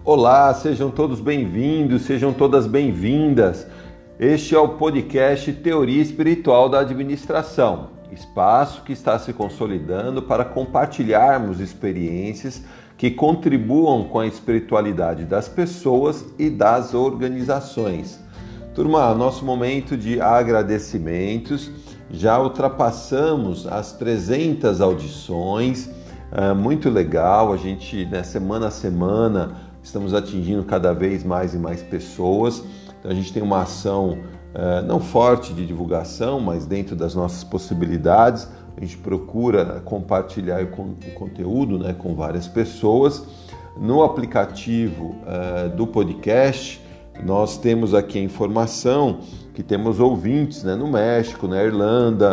Olá, sejam todos bem-vindos, sejam todas bem-vindas. Este é o podcast Teoria Espiritual da Administração, espaço que está se consolidando para compartilharmos experiências que contribuam com a espiritualidade das pessoas e das organizações. Turma, nosso momento de agradecimentos, já ultrapassamos as 300 audições, muito legal, a gente, né, semana a semana, estamos atingindo cada vez mais e mais pessoas. Então a gente tem uma ação não forte de divulgação, mas dentro das nossas possibilidades, a gente procura compartilhar o conteúdo, né, com várias pessoas. No aplicativo do podcast, nós temos aqui a informação que temos ouvintes, né, no México, na Irlanda,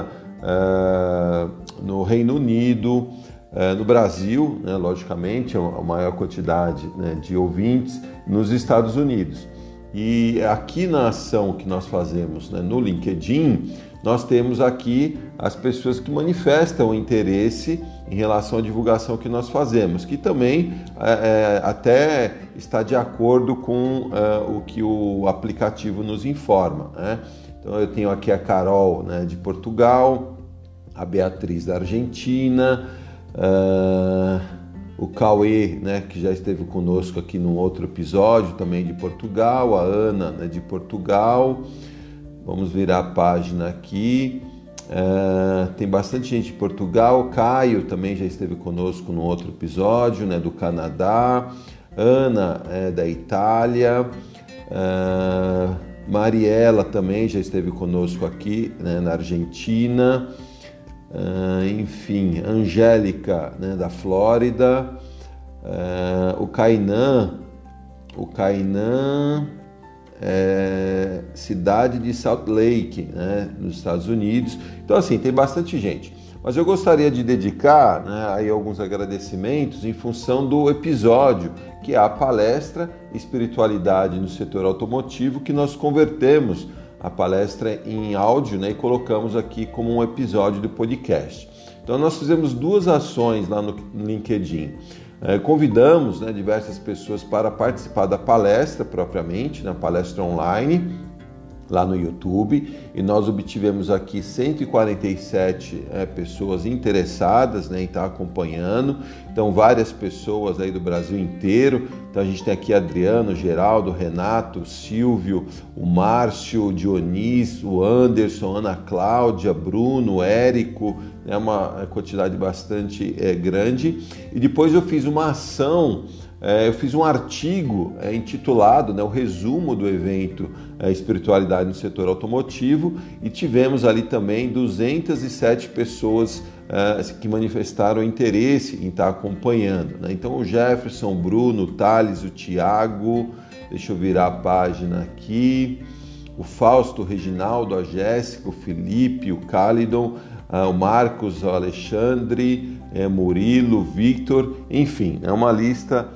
no Reino Unido, no Brasil, né, logicamente, a maior quantidade, né, de ouvintes nos Estados Unidos. E aqui na ação que nós fazemos, né, no LinkedIn, nós temos aqui as pessoas que manifestam interesse em relação à divulgação que nós fazemos, que também até está de acordo com o que o aplicativo nos informa, né? Então eu tenho aqui a Carol, né, de Portugal, a Beatriz da Argentina, o Cauê, né, que já esteve conosco aqui num outro episódio, também de Portugal, a Ana, né, de Portugal. Vamos virar a página aqui. Tem bastante gente de Portugal. Caio também já esteve conosco num outro episódio, né, do Canadá. Ana da Itália. Mariela também já esteve conosco aqui, né, na Argentina. Enfim, Angélica, né, da Flórida, o Kainan, cidade de Salt Lake, né, nos Estados Unidos. Então, assim, tem bastante gente. Mas eu gostaria de dedicar, né, aí alguns agradecimentos em função do episódio, que é a palestra Espiritualidade no Setor Automotivo, que nós convertemos a palestra em áudio, né, e colocamos aqui como um episódio do podcast. Então nós fizemos duas ações lá no LinkedIn. Convidamos, né, diversas pessoas para participar da palestra propriamente, na palestra online, lá no YouTube, e nós obtivemos aqui 147 pessoas interessadas, né, em estar acompanhando. Então várias pessoas aí do Brasil inteiro. Então a gente tem aqui Adriano, Geraldo, Renato, Silvio, o Márcio, o Dionísio, o Anderson, Ana Cláudia, Bruno, Érico, é uma quantidade bastante grande. E depois eu fiz uma ação, eu fiz um artigo intitulado, né, o resumo do evento Espiritualidade no Setor Automotivo, e tivemos ali também 207 pessoas que manifestaram interesse em estar acompanhando, né? Então o Jefferson, o Bruno, o Thales, o Tiago, deixa eu virar a página aqui, o Fausto, o Reginaldo, a Jéssica, o Felipe, o Cálidon, o Marcos, o Alexandre, Murilo, o Victor, enfim, é uma lista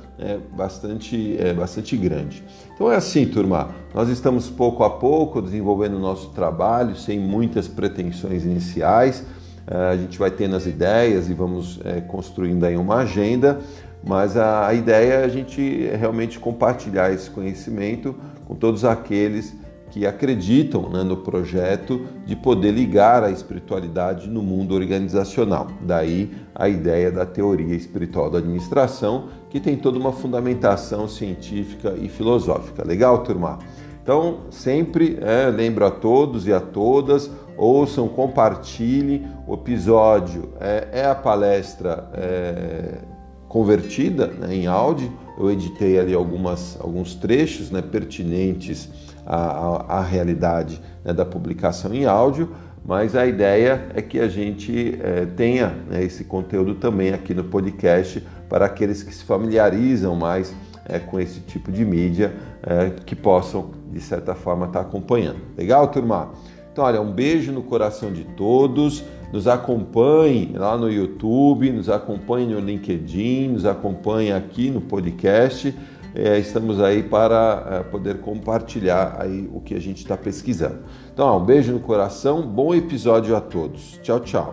bastante grande. Então é assim, turma, nós estamos pouco a pouco desenvolvendo o nosso trabalho, sem muitas pretensões iniciais. A gente vai tendo as ideias e vamos construindo aí uma agenda, mas a ideia é a gente realmente compartilhar esse conhecimento com todos aqueles que acreditam, né, no projeto de poder ligar a espiritualidade no mundo organizacional. Daí a ideia da teoria espiritual da administração, que tem toda uma fundamentação científica e filosófica. Legal, turma? Então, sempre lembro a todos e a todas, ouçam, compartilhem. O episódio é a palestra convertida, né, em áudio. Eu editei ali alguns trechos, né, pertinentes à realidade, né, da publicação em áudio, mas a ideia é que a gente tenha, né, esse conteúdo também aqui no podcast para aqueles que se familiarizam mais com esse tipo de mídia, que possam, de certa forma, estar acompanhando. Legal, turma? Então, olha, um beijo no coração de todos. Nos acompanhe lá no YouTube, nos acompanhe no LinkedIn, nos acompanhe aqui no podcast. Estamos aí para poder compartilhar aí o que a gente está pesquisando. Então, um beijo no coração, bom episódio a todos. Tchau, tchau.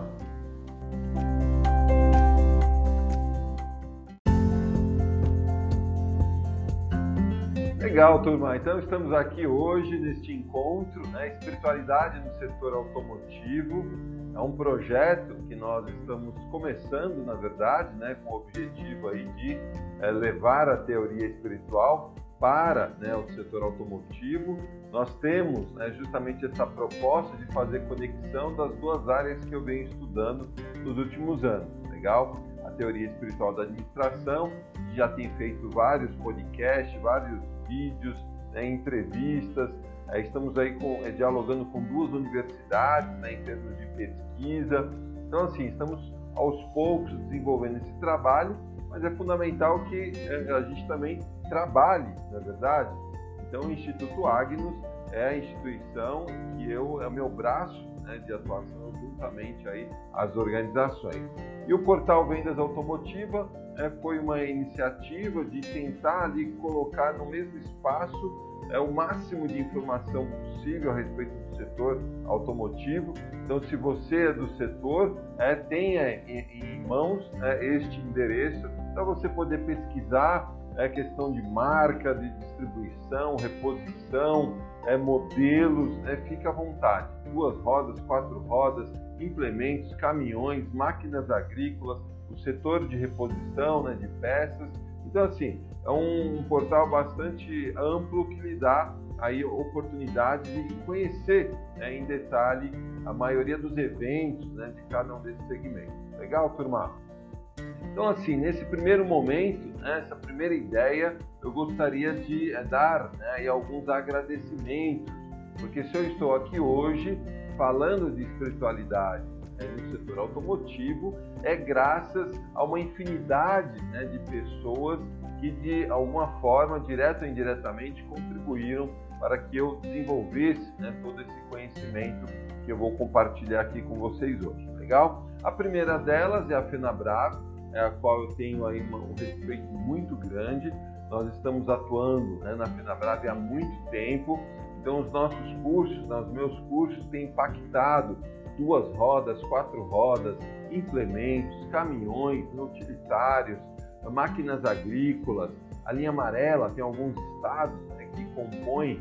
Legal, turma. Então estamos aqui hoje neste encontro, né? Espiritualidade no setor automotivo. É um projeto que nós estamos começando, na verdade, né? Com o objetivo aí de levar a teoria espiritual para, né, o setor automotivo. Nós temos, né, justamente essa proposta de fazer conexão das duas áreas que eu venho estudando nos últimos anos. Legal? A teoria espiritual da administração, que já tem feito vários podcasts, vários vídeos, né, entrevistas. Estamos aí dialogando com duas universidades, né, em termos de pesquisa. Então, assim, estamos aos poucos desenvolvendo esse trabalho, mas é fundamental que a gente também trabalhe, na verdade. Então, o Instituto Agnus é a instituição que é o meu braço, né, de atuação juntamente aí às organizações. E o Portal Vendas Automotiva foi uma iniciativa de tentar ali colocar no mesmo espaço o máximo de informação possível a respeito do setor automotivo. Então, se você é do setor, tenha em mãos este endereço para você poder pesquisar questão de marca, de distribuição, reposição, modelos, fique à vontade. 2 rodas, 4 rodas, implementos, caminhões, máquinas agrícolas, o setor de reposição, né, de peças. Então, assim, é um portal bastante amplo que lhe dá aí oportunidade de conhecer, em detalhe a maioria dos eventos, né, de cada um desses segmentos. Legal, turma? Então, assim, nesse primeiro momento, essa primeira ideia, eu gostaria de dar, aí alguns agradecimentos, porque se eu estou aqui hoje falando de espiritualidade no setor automotivo, é graças a uma infinidade, de pessoas que de alguma forma, direta ou indiretamente, contribuíram para que eu desenvolvesse, todo esse conhecimento que eu vou compartilhar aqui com vocês hoje. Legal? A primeira delas é a FenaBrave, a qual eu tenho aí um respeito muito grande. Nós estamos atuando, na FenaBrave há muito tempo, então os nossos cursos, os meus cursos têm impactado 2 rodas, 4 rodas, implementos, caminhões, utilitários, máquinas agrícolas. A linha amarela tem alguns estados que compõem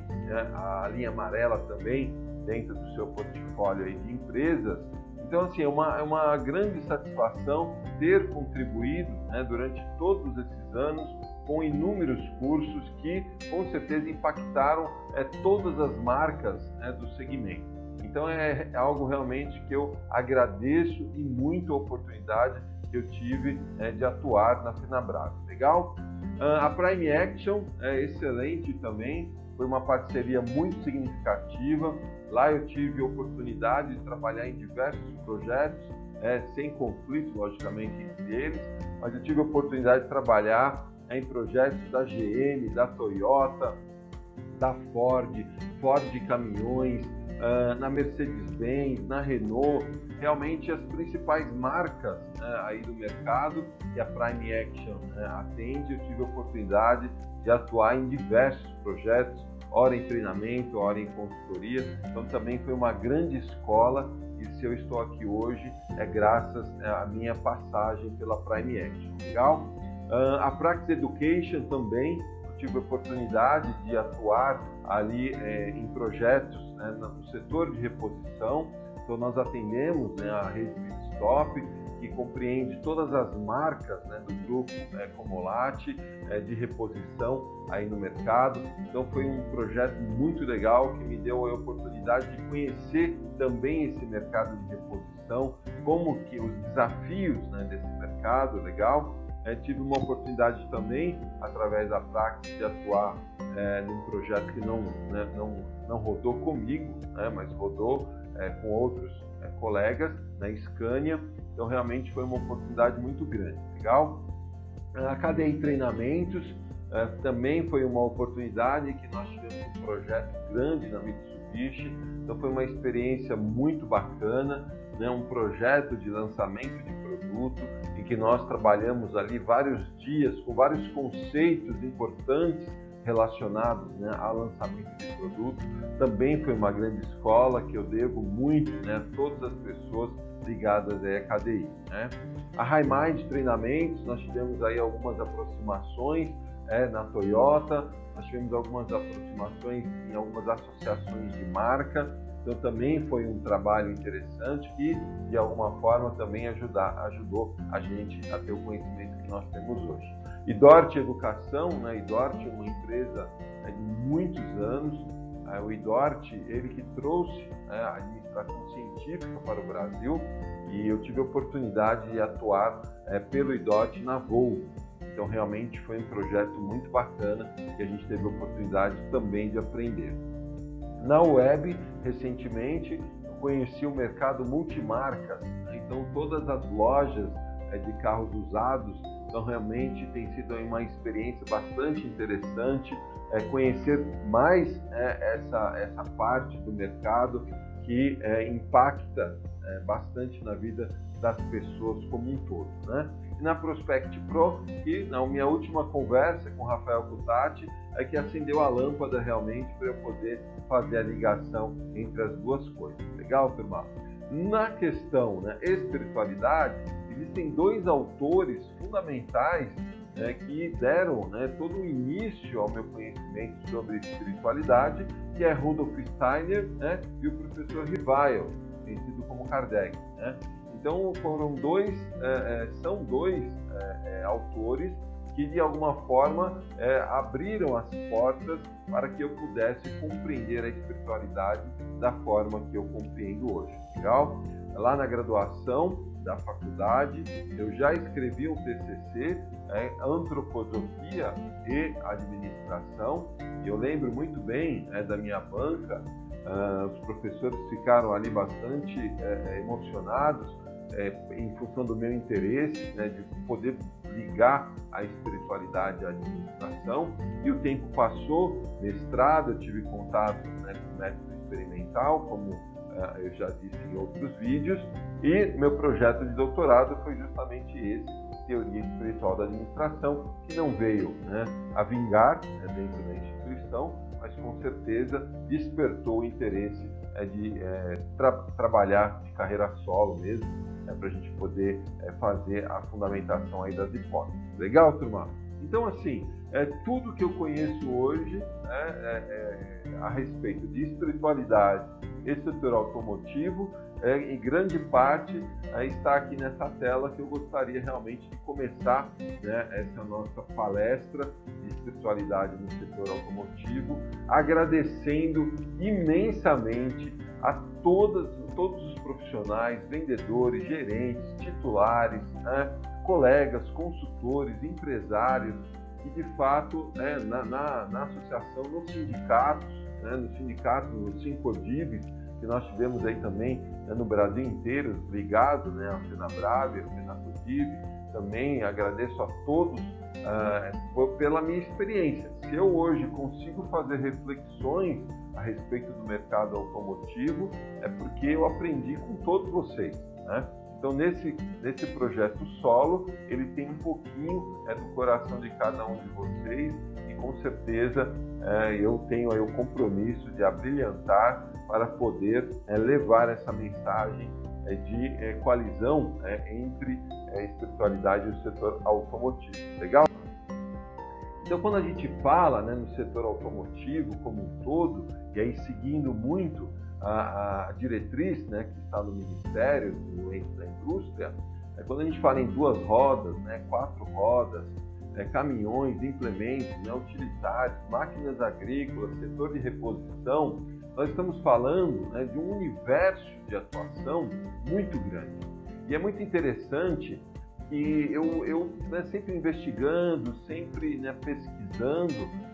a linha amarela também dentro do seu portfólio aí de empresas. Então, assim, é uma grande satisfação ter contribuído, durante todos esses anos com inúmeros cursos que, com certeza, impactaram todas as marcas do segmento. Então, é algo realmente que eu agradeço e muito a oportunidade que eu tive de atuar na FenaBrave. Legal? A Prime Action é excelente também, foi uma parceria muito significativa. Lá eu tive a oportunidade de trabalhar em diversos projetos, sem conflito, logicamente, entre eles, mas eu tive a oportunidade de trabalhar em projetos da GM, da Toyota, da Ford Caminhões, na Mercedes-Benz, na Renault, realmente as principais marcas aí do mercado que a Prime Action atende. Eu tive a oportunidade de atuar em diversos projetos, ora em treinamento, ora em consultoria, então também foi uma grande escola, e se eu estou aqui hoje é graças à minha passagem pela Prime Action. Legal? A Praxis Education também, eu tive a oportunidade de atuar ali em projetos no setor de reposição. Então nós atendemos a rede Pitstop, que compreende todas as marcas do grupo Comolati de reposição aí no mercado. Então foi um projeto muito legal que me deu a oportunidade de conhecer também esse mercado de reposição, como que os desafios desse mercado. Legal? Tive uma oportunidade também, através da Praxis, de atuar num projeto que não rodou comigo, mas rodou com outros colegas na Scania. Então realmente foi uma oportunidade muito grande. Legal? A cadeia de treinamentos também foi uma oportunidade que nós tivemos um projeto grande na Mitsubishi. Então foi uma experiência muito bacana, um projeto de lançamento de produto em que nós trabalhamos ali vários dias com vários conceitos importantes relacionados ao lançamento de produto. Também foi uma grande escola que eu devo muito a todas as pessoas ligadas à KDI. A HiMind Treinamentos, nós tivemos aí algumas aproximações na Toyota, nós tivemos algumas aproximações em algumas associações de marca, então também foi um trabalho interessante que, de alguma forma, também ajudou a gente a ter o conhecimento que nós temos hoje. Idort Educação, né? Idort é uma empresa de muitos anos. O Idort, ele que trouxe a administração científica para o Brasil, e eu tive a oportunidade de atuar pelo Idort na Volvo. Então, realmente foi um projeto muito bacana que a gente teve a oportunidade também de aprender. Na web, recentemente, eu conheci o mercado multimarcas, né? Então todas as lojas de carros usados, então realmente tem sido uma experiência bastante interessante, conhecer mais essa parte do mercado que impacta bastante na vida das pessoas como um todo, né? E na Prospect Pro, que na minha última conversa com o Rafael Cutati, é que acendeu a lâmpada realmente para eu poder fazer a ligação entre as duas coisas. Legal, turma? Na questão, né, espiritualidade, existem dois autores fundamentais que deram, né, todo o início ao meu conhecimento sobre espiritualidade, que é Rudolf Steiner, né, e o professor Revile, conhecido como Kardec, né? Então são dois autores que de alguma forma abriram as portas para que eu pudesse compreender a espiritualidade da forma que eu compreendo hoje. Legal? Lá na graduação da faculdade, eu já escrevi um TCC, Antroposofia e Administração, e eu lembro muito bem da minha banca. Os professores ficaram ali bastante emocionados em função do meu interesse, né, de poder ligar a espiritualidade à administração, e o tempo passou, mestrado, eu tive contato, né, com o método experimental, como eu já disse em outros vídeos, e meu projeto de doutorado foi justamente esse, Teoria Espiritual da Administração, que não veio, né, a vingar, né, dentro da instituição, mas com certeza despertou o interesse de trabalhar de carreira solo mesmo, para a gente poder fazer a fundamentação aí das hipóteses. Legal, turma? Então, assim, tudo que eu conheço hoje a respeito de espiritualidade e setor automotivo, em grande parte está aqui nessa tela, que eu gostaria realmente de começar, né, essa nossa palestra de espiritualidade no setor automotivo, agradecendo imensamente a todos os profissionais, vendedores, gerentes, titulares, né, colegas, consultores, empresários, que de fato, na associação, nos sindicatos, no Sincodiv, que nós tivemos aí também no Brasil inteiro, ligado, né, a FenaBrave, a FenaCodiv. Também agradeço a todos pela minha experiência. Se eu hoje consigo fazer reflexões a respeito do mercado automotivo, é porque eu aprendi com todos vocês, né? Então, nesse projeto solo, ele tem um pouquinho do coração de cada um de vocês, e com certeza eu tenho aí o compromisso de abrilhantar para poder levar essa mensagem de coalizão entre a espiritualidade e o setor automotivo. Legal? Então, quando a gente fala, né, no setor automotivo como um todo, e aí seguindo muito a diretriz, né, que está no Ministério do Ente da Indústria, quando a gente fala em duas rodas, né, 4 rodas, caminhões, implementos, né, utilitários, máquinas agrícolas, setor de reposição, nós estamos falando, né, de um universo de atuação muito grande. E é muito interessante que eu sempre investigando, sempre, né, pesquisando,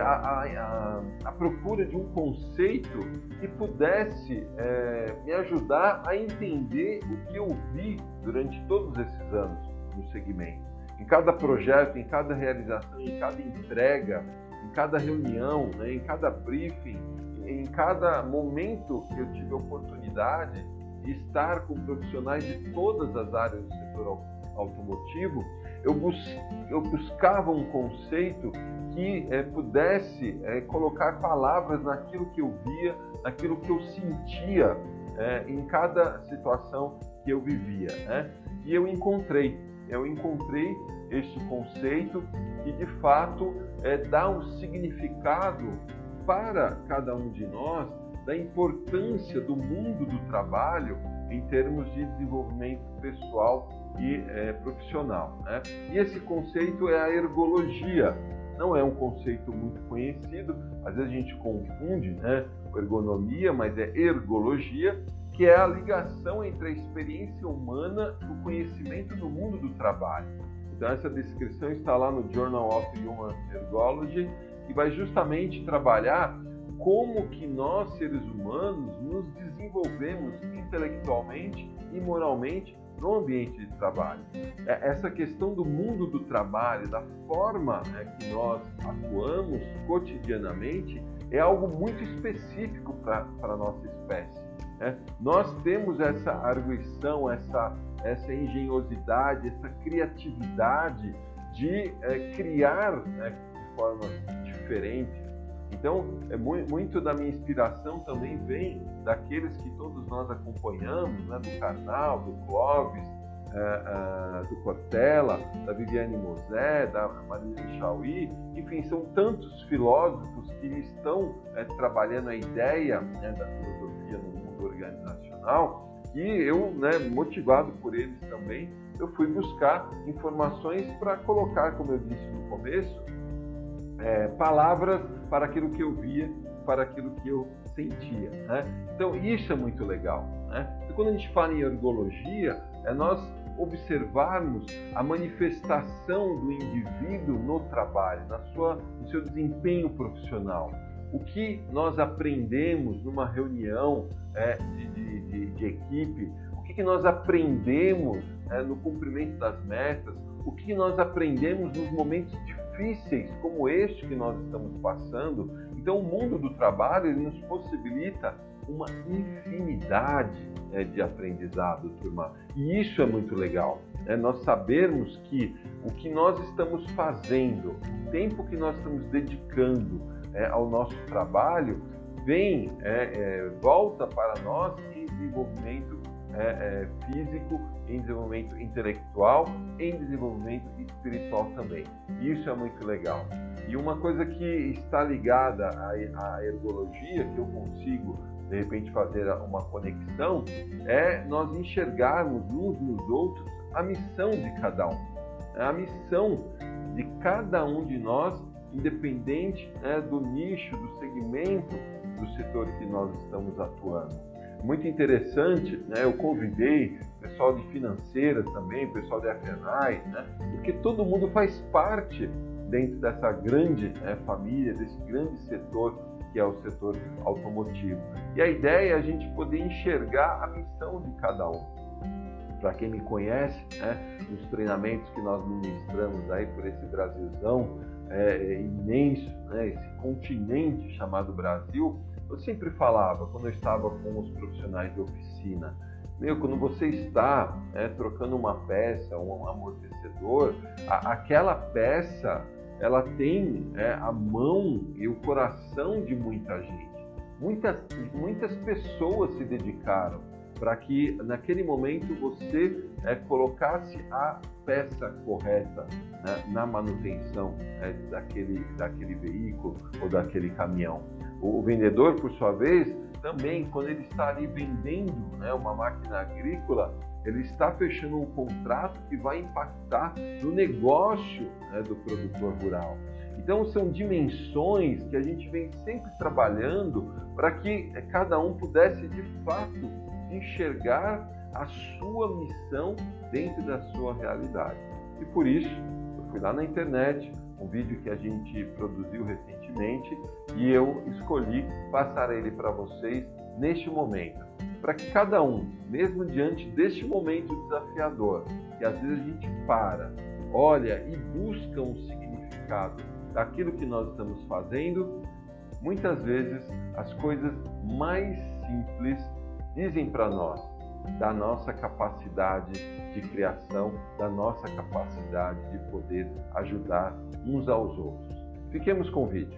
a procura de um conceito que pudesse me ajudar a entender o que eu vi durante todos esses anos no segmento. Em cada projeto, em cada realização, em cada entrega, em cada reunião, né, em cada briefing, em cada momento que eu tive a oportunidade de estar com profissionais de todas as áreas do setor automotivo, eu buscava um conceito que pudesse colocar palavras naquilo que eu via, naquilo que eu sentia em cada situação que eu vivia, né? E eu encontrei. eu encontrei este conceito que de fato dá um significado para cada um de nós da importância do mundo do trabalho em termos de desenvolvimento pessoal e profissional, né? E esse conceito é a ergologia. Não é um conceito muito conhecido, às vezes a gente confunde, né, ergonomia, mas é ergologia, que é a ligação entre a experiência humana e o conhecimento do mundo do trabalho. Então essa descrição está lá no Journal of Human Ergology, que vai justamente trabalhar como que nós, seres humanos, nos desenvolvemos intelectualmente e moralmente no ambiente de trabalho. Essa questão do mundo do trabalho, da forma que nós atuamos cotidianamente, é algo muito específico para a nossa espécie. Nós temos essa arguição, essa engenhosidade, essa criatividade de criar de formas diferentes. Então, muito da minha inspiração também vem daqueles que todos nós acompanhamos, né, do Karnal, do Clóvis, do Cortella, da Viviane Mosé, da Marilene Chauí, enfim, são tantos filósofos que estão trabalhando a ideia da filosofia no mundo organizacional, que eu, motivado por eles também, eu fui buscar informações para colocar, como eu disse no começo, palavras para aquilo que eu via, para aquilo que eu sentia, né? Então isso é muito legal, né? E quando a gente fala em ergologia, é nós observarmos a manifestação do indivíduo no trabalho, no seu desempenho profissional. O que nós aprendemos numa reunião de equipe, o que nós aprendemos no cumprimento das metas, o que nós aprendemos nos momentos difíceis como este que nós estamos passando. Então o mundo do trabalho ele nos possibilita uma infinidade de aprendizado, turma. E isso é muito legal. Nós sabermos que o que nós estamos fazendo, o tempo que nós estamos dedicando ao nosso trabalho, volta para nós em desenvolvimento físico, em desenvolvimento intelectual, em desenvolvimento espiritual também. Isso é muito legal. E uma coisa que está ligada à ergologia, que eu consigo de repente fazer uma conexão, é nós enxergarmos uns nos outros a missão de cada um. A missão de cada um de nós, independente do nicho, do segmento do setor que nós estamos atuando. Muito interessante, eu convidei o pessoal de financeiras também, o pessoal da FNAI, porque todo mundo faz parte dentro dessa grande família, desse grande setor que é o setor automotivo. E a ideia é a gente poder enxergar a missão de cada um. Para quem me conhece, nos treinamentos que nós ministramos aí por esse Brasilzão imenso, esse continente chamado Brasil, eu sempre falava, quando eu estava com os profissionais de oficina, quando você está trocando uma peça, um amortecedor, aquela peça, ela tem a mão e o coração de muita gente. Muitas pessoas se dedicaram para que naquele momento você colocasse a peça correta na manutenção daquele veículo ou daquele caminhão. O vendedor, por sua vez, também, quando ele está ali vendendo uma máquina agrícola, ele está fechando um contrato que vai impactar no negócio do produtor rural. Então, são dimensões que a gente vem sempre trabalhando para que cada um pudesse, de fato, enxergar a sua missão dentro da sua realidade. E por isso, eu fui lá na internet, um vídeo que a gente produziu recentemente, e eu escolhi passar ele para vocês neste momento, para que cada um, mesmo diante deste momento desafiador, que às vezes a gente olha e busca um significado daquilo que nós estamos fazendo, muitas vezes as coisas mais simples dizem para nós da nossa capacidade de criação, da nossa capacidade de poder ajudar uns aos outros. Fiquemos com o vídeo.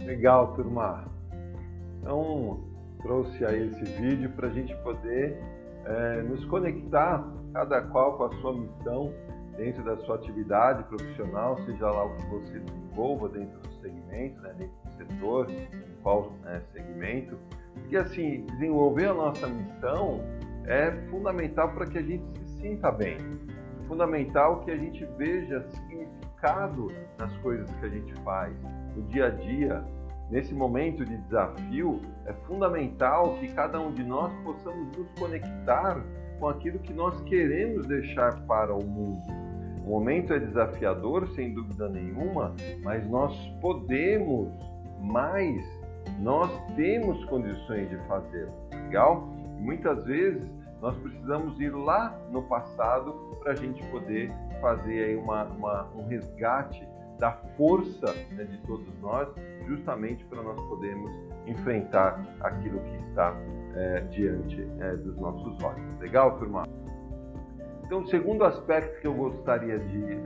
Legal, turma. Então, trouxe aí esse vídeo para a gente poder nos conectar, cada qual com a sua missão dentro da sua atividade profissional, seja lá o que você desenvolva dentro do segmento, né, dentro do setor, qual segmento. Porque assim, desenvolver a nossa missão é fundamental para que a gente se sinta bem. É fundamental que a gente veja significado nas coisas que a gente faz, no dia a dia. Nesse momento de desafio, é fundamental que cada um de nós possamos nos conectar com aquilo que nós queremos deixar para o mundo. O momento é desafiador, sem dúvida nenhuma, mas nós podemos mais, nós temos condições de fazê-lo, legal? E muitas vezes nós precisamos ir lá no passado para a gente poder fazer aí um resgate da força, né, de todos nós, justamente para nós podermos enfrentar aquilo que está diante dos nossos olhos. Legal, turma? Então, o segundo aspecto que eu gostaria de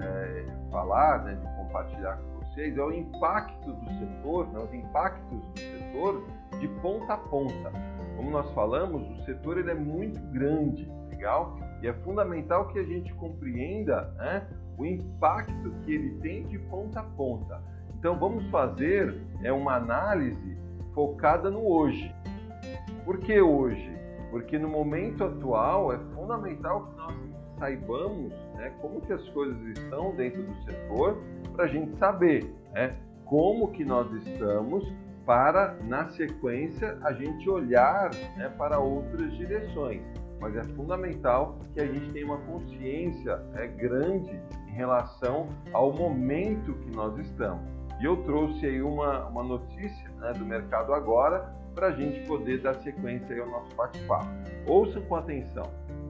falar, né, de compartilhar com vocês, é o impacto do setor, né, os impactos do setor de ponta a ponta. Como nós falamos, o setor ele é muito grande, legal? E é fundamental que a gente compreenda, né, o impacto que ele tem de ponta a ponta. Então vamos fazer uma análise focada no hoje. Por que hoje? Porque no momento atual é fundamental que nós saibamos, né, como que as coisas estão dentro do setor, para a gente saber, né, como que nós estamos, para na sequência a gente olhar, né, para outras direções. Mas é fundamental que a gente tenha uma consciência grande em relação ao momento que nós estamos. E eu trouxe aí uma notícia, né, do mercado agora para a gente poder dar sequência aí ao nosso bate-papo. Ouçam com atenção.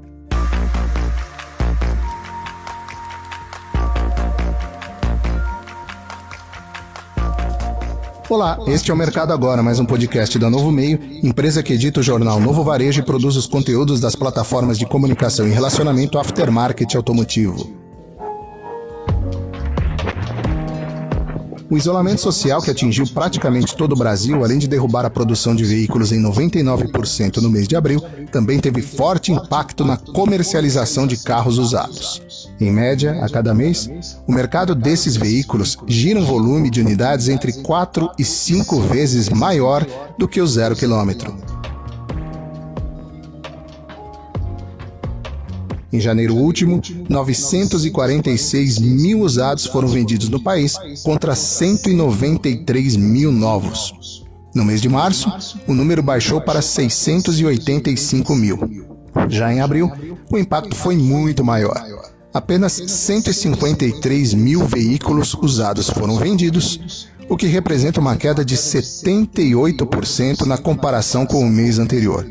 Olá, este é o Mercado Agora, mais um podcast da Novo Meio, empresa que edita o jornal Novo Varejo e produz os conteúdos das plataformas de comunicação e relacionamento aftermarket automotivo. O isolamento social que atingiu praticamente todo o Brasil, além de derrubar a produção de veículos em 99% no mês de abril, também teve forte impacto na comercialização de carros usados. Em média, a cada mês, o mercado desses veículos gira um volume de unidades entre 4 e 5 vezes maior do que o 0 km. Em janeiro último, 946 mil usados foram vendidos no país, contra 193 mil novos. No mês de março, o número baixou para 685 mil. Já em abril, o impacto foi muito maior. Apenas 153 mil veículos usados foram vendidos, o que representa uma queda de 78% na comparação com o mês anterior.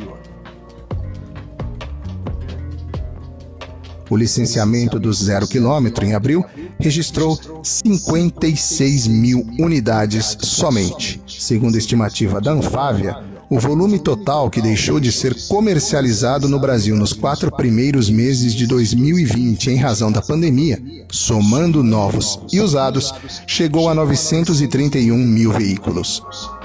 O licenciamento do 0 km em abril registrou 56 mil unidades somente. Segundo a estimativa da Anfávia, o volume total que deixou de ser comercializado no Brasil nos 4 primeiros meses de 2020 em razão da pandemia, somando novos e usados, chegou a 931 mil veículos.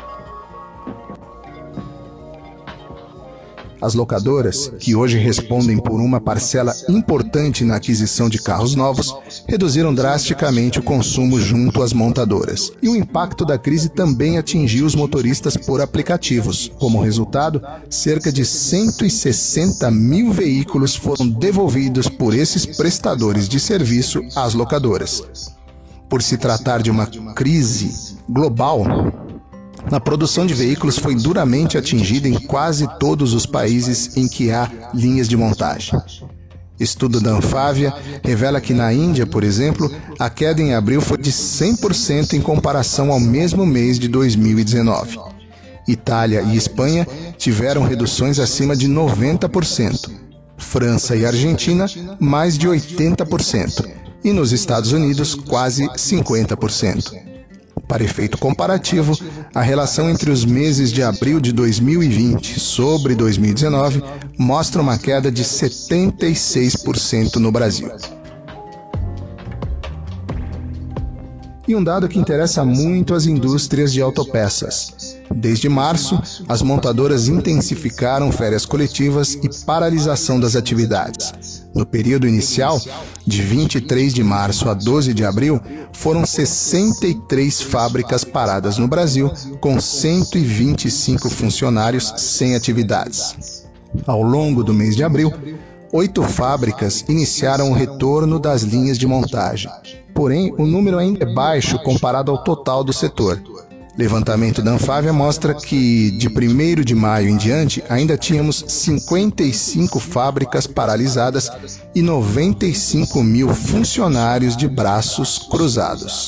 As locadoras, que hoje respondem por uma parcela importante na aquisição de carros novos, reduziram drasticamente o consumo junto às montadoras. E o impacto da crise também atingiu os motoristas por aplicativos. Como resultado, cerca de 160 mil veículos foram devolvidos por esses prestadores de serviço às locadoras. Por se tratar de uma crise global, a produção de veículos foi duramente atingida em quase todos os países em que há linhas de montagem. Estudo da Anfávia revela que na Índia, por exemplo, a queda em abril foi de 100% em comparação ao mesmo mês de 2019. Itália e Espanha tiveram reduções acima de 90%. França e Argentina, mais de 80%. E nos Estados Unidos, quase 50%. Para efeito comparativo, a relação entre os meses de abril de 2020 sobre 2019 mostra uma queda de 76% no Brasil. E um dado que interessa muito às indústrias de autopeças. Desde março, as montadoras intensificaram férias coletivas e paralisação das atividades. No período inicial, de 23 de março a 12 de abril, foram 63 fábricas paradas no Brasil, com 125 funcionários sem atividades. Ao longo do mês de abril, 8 fábricas iniciaram o retorno das linhas de montagem. Porém, o número ainda é baixo comparado ao total do setor. Levantamento da Anfávia mostra que, de 1º de maio em diante, ainda tínhamos 55 fábricas paralisadas e 95 mil funcionários de braços cruzados.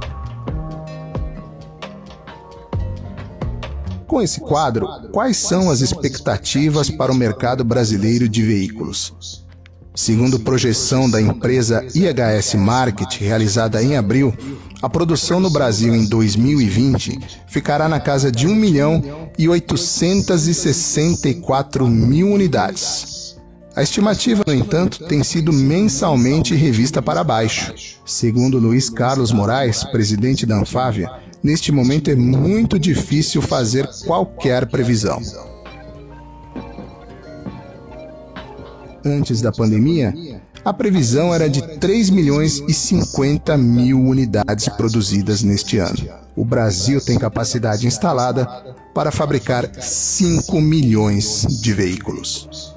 Com esse quadro, quais são as expectativas para o mercado brasileiro de veículos? Segundo projeção da empresa IHS Markit, realizada em abril, a produção no Brasil em 2020 ficará na casa de 1.864.000 unidades. A estimativa, no entanto, tem sido mensalmente revista para baixo. Segundo Luiz Carlos Moraes, presidente da Anfávia, neste momento é muito difícil fazer qualquer previsão. Antes da pandemia, a previsão era de 3.050.000 unidades produzidas neste ano. O Brasil tem capacidade instalada para fabricar 5 milhões de veículos.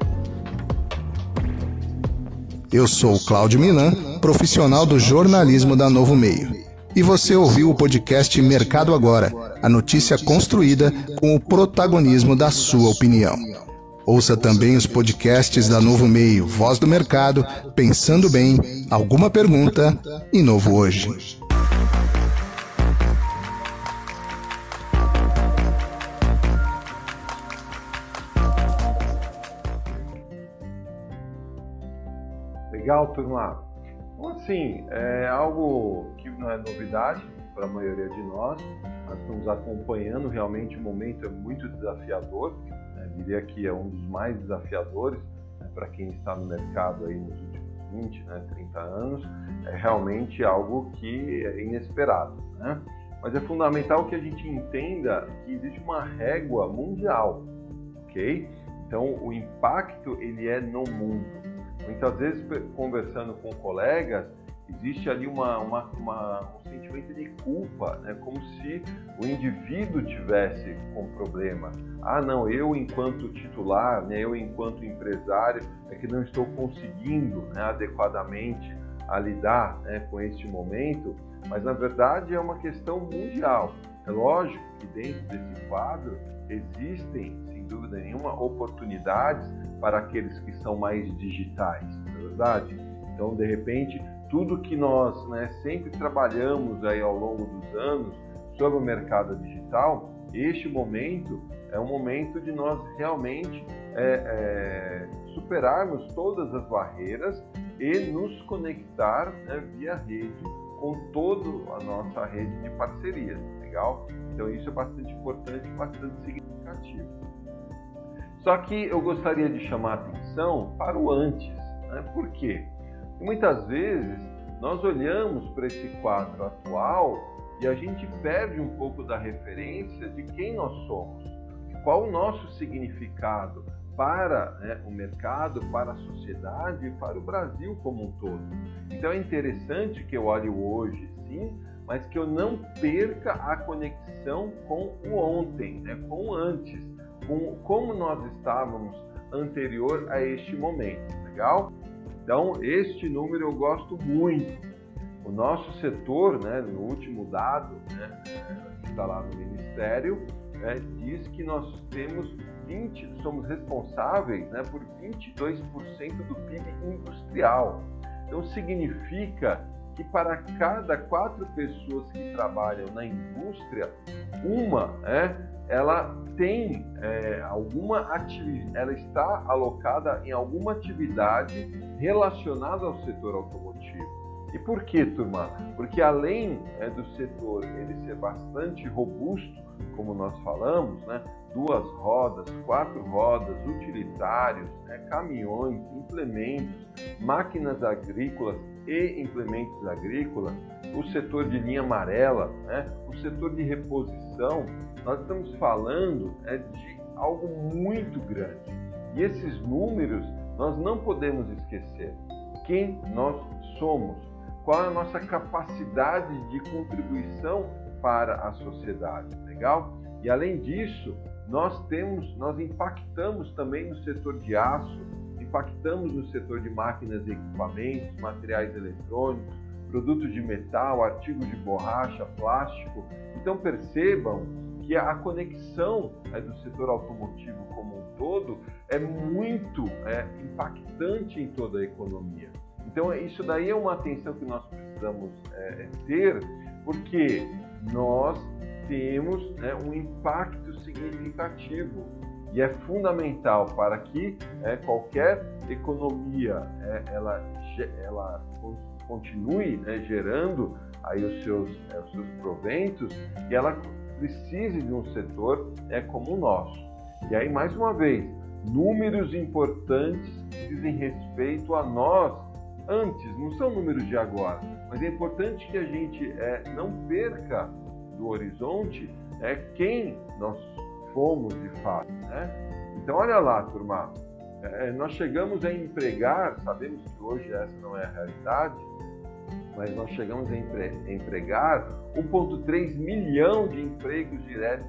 Eu sou o Cláudio Milan, profissional do jornalismo da Novo Meio. E você ouviu o podcast Mercado Agora, a notícia construída com o protagonismo da sua opinião. Ouça também os podcasts da Novo Meio, Voz do Mercado, Pensando Bem, Alguma Pergunta e Novo Hoje. Legal, turma. Então, assim, é algo que não é novidade para a maioria de nós. Nós estamos acompanhando, realmente o momento é muito desafiador. Diria que é um dos mais desafiadores, né, para quem está no mercado aí nos últimos 20, 30 anos, é realmente algo que é inesperado, né? Mas é fundamental que a gente entenda que existe uma régua mundial, ok? Então, o impacto, ele é no mundo. Muitas vezes, conversando com colegas, existe ali um sentimento de culpa, né? Como se o indivíduo tivesse com problema. Ah, não, eu enquanto titular, né, eu enquanto empresário, é que não estou conseguindo, né, adequadamente a lidar, né, com este momento, mas na verdade é uma questão mundial. É lógico que dentro desse quadro existem, sem dúvida nenhuma, oportunidades para aqueles que são mais digitais, não é verdade? Então, de repente, tudo que nós, né, sempre trabalhamos aí ao longo dos anos sobre o mercado digital, este momento é um momento de nós realmente superarmos todas as barreiras e nos conectar, né, via rede com toda a nossa rede de parcerias, legal? Então isso é bastante importante e bastante significativo. Só que eu gostaria de chamar a atenção para o antes, né? Por quê? Muitas vezes nós olhamos para esse quadro atual e a gente perde um pouco da referência de quem nós somos, qual o nosso significado para, né, o mercado, para a sociedade e para o Brasil como um todo. Então é interessante que eu olhe o hoje, sim, mas que eu não perca a conexão com o ontem, né, com o antes, com como nós estávamos anterior a este momento, legal? Então, este número eu gosto muito. O nosso setor, né, no último dado, né, que está lá no Ministério, diz que nós somos responsáveis, né, por 22% do PIB industrial. Então, significa que para cada 4 pessoas que trabalham na indústria, uma, ela tem alguma atividade, ela está alocada em alguma atividade relacionada ao setor automotivo. E por que, turma? Porque além do setor ele ser bastante robusto, como nós falamos, né, 2 rodas, 4 rodas, utilitários, caminhões, implementos, máquinas agrícolas e implementos agrícolas, o setor de linha amarela, né? O setor de reposição, nós estamos falando de algo muito grande. E esses números nós não podemos esquecer. Quem nós somos, qual é a nossa capacidade de contribuição para a sociedade, legal? E além disso, nós impactamos também no setor de aço, impactamos no setor de máquinas e equipamentos, materiais eletrônicos, produtos de metal, artigos de borracha, plástico. Então percebam que a conexão do setor automotivo como um todo é muito impactante em toda a economia. Então isso daí é uma atenção que nós precisamos ter, porque nós temos um impacto significativo e é fundamental para que qualquer economia ela continue gerando aí os seus proventos, e ela precise de um setor como o nosso. E aí, mais uma vez, números importantes dizem respeito a nós antes, não são números de agora, mas é importante que a gente não perca do horizonte quem nós fomos de fato, né? Então olha lá, turma, nós chegamos a empregar, sabemos que hoje essa não é a realidade, mas nós chegamos a empregar 1,3 milhão de empregos diretos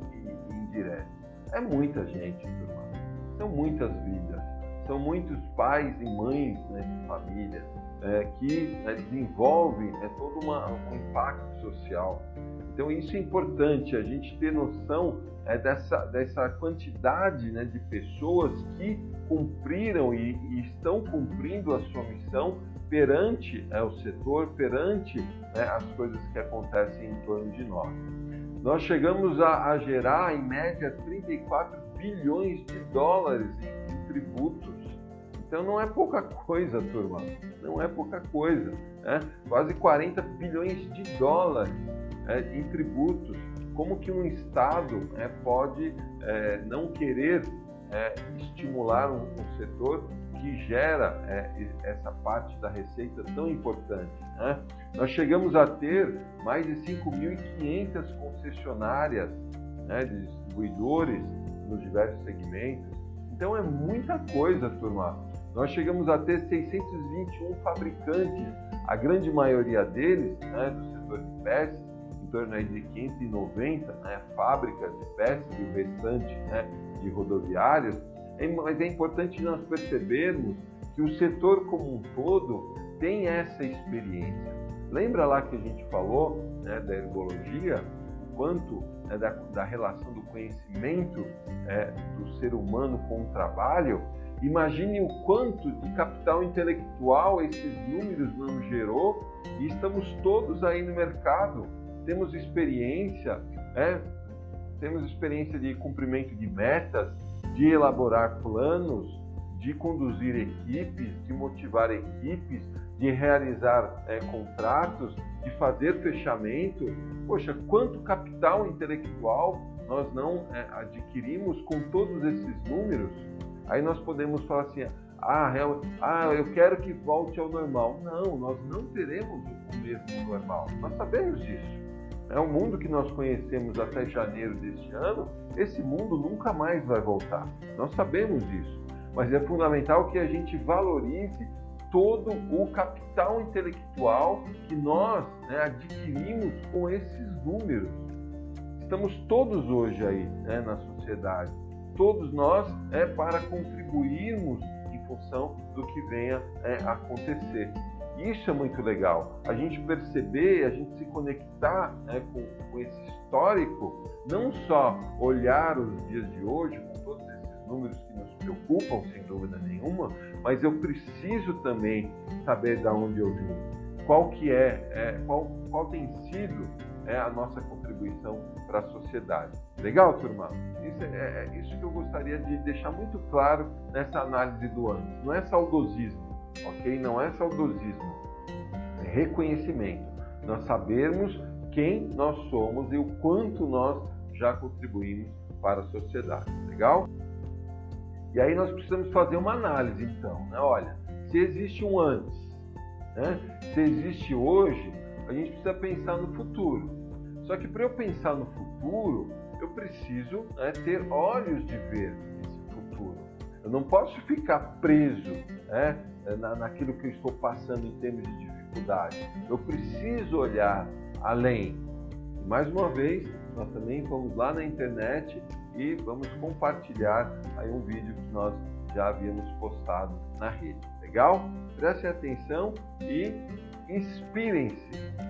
e indiretos. É muita gente, turma, são muitas vidas, são muitos pais e mães, né, de família que desenvolvem todo um impacto social. Então isso é importante, a gente ter noção dessa quantidade, né, de pessoas que cumpriram e estão cumprindo a sua missão perante o setor, perante as coisas que acontecem em torno de nós. Nós chegamos a gerar, em média, 34 bilhões de dólares em tributos. Então não é pouca coisa, turma, não é pouca coisa, né? Quase 40 bilhões de dólares em tributos. Como que um Estado pode não querer estimular um setor que gera essa parte da receita tão importante, né? Nós chegamos a ter mais de 5.500 concessionárias, né, de distribuidores nos diversos segmentos. Então é muita coisa, turma. Nós chegamos a ter 621 fabricantes, a grande maioria deles, né, do setor de peças, em torno aí de 590 fábricas de peças e o restante de rodoviários. Mas é importante nós percebermos que o setor como um todo tem essa experiência. Lembra lá que a gente falou da ergologia, o quanto da relação do conhecimento do ser humano com o trabalho? Imagine o quanto de capital intelectual esses números não gerou, e estamos todos aí no mercado, temos experiência de cumprimento de metas, de elaborar planos, de conduzir equipes, de motivar equipes, de realizar contratos, de fazer fechamento. Poxa, quanto capital intelectual nós não adquirimos com todos esses números? Aí nós podemos falar assim, eu quero que volte ao normal. Não, nós não teremos o mesmo normal. Nós sabemos disso. O mundo que nós conhecemos até janeiro deste ano, esse mundo nunca mais vai voltar. Nós sabemos disso. Mas é fundamental que a gente valorize todo o capital intelectual que nós adquirimos com esses números. Estamos todos hoje aí na sociedade. Todos nós para contribuirmos em função do que venha a acontecer. Isso é muito legal, a gente perceber, a gente se conectar com esse histórico, não só olhar os dias de hoje, com todos esses números que nos preocupam, sem dúvida nenhuma, mas eu preciso também saber de onde eu vim, qual qual tem sido a nossa contribuição para a sociedade. Legal, turma? Isso que eu gostaria de deixar muito claro nessa análise do antes. Não é saudosismo, ok? Não é saudosismo, é reconhecimento. Nós sabermos quem nós somos e o quanto nós já contribuímos para a sociedade. Legal? E aí nós precisamos fazer uma análise, então, né? Olha, se existe um antes, se existe hoje, a gente precisa pensar no futuro. Só que para eu pensar no futuro, eu preciso, né, ter olhos de ver esse futuro. Eu não posso ficar preso, né, naquilo que eu estou passando em termos de dificuldade. Eu preciso olhar além. E mais uma vez, nós também vamos lá na internet e vamos compartilhar aí um vídeo que nós já havíamos postado na rede. Legal? Prestem atenção e inspirem-se.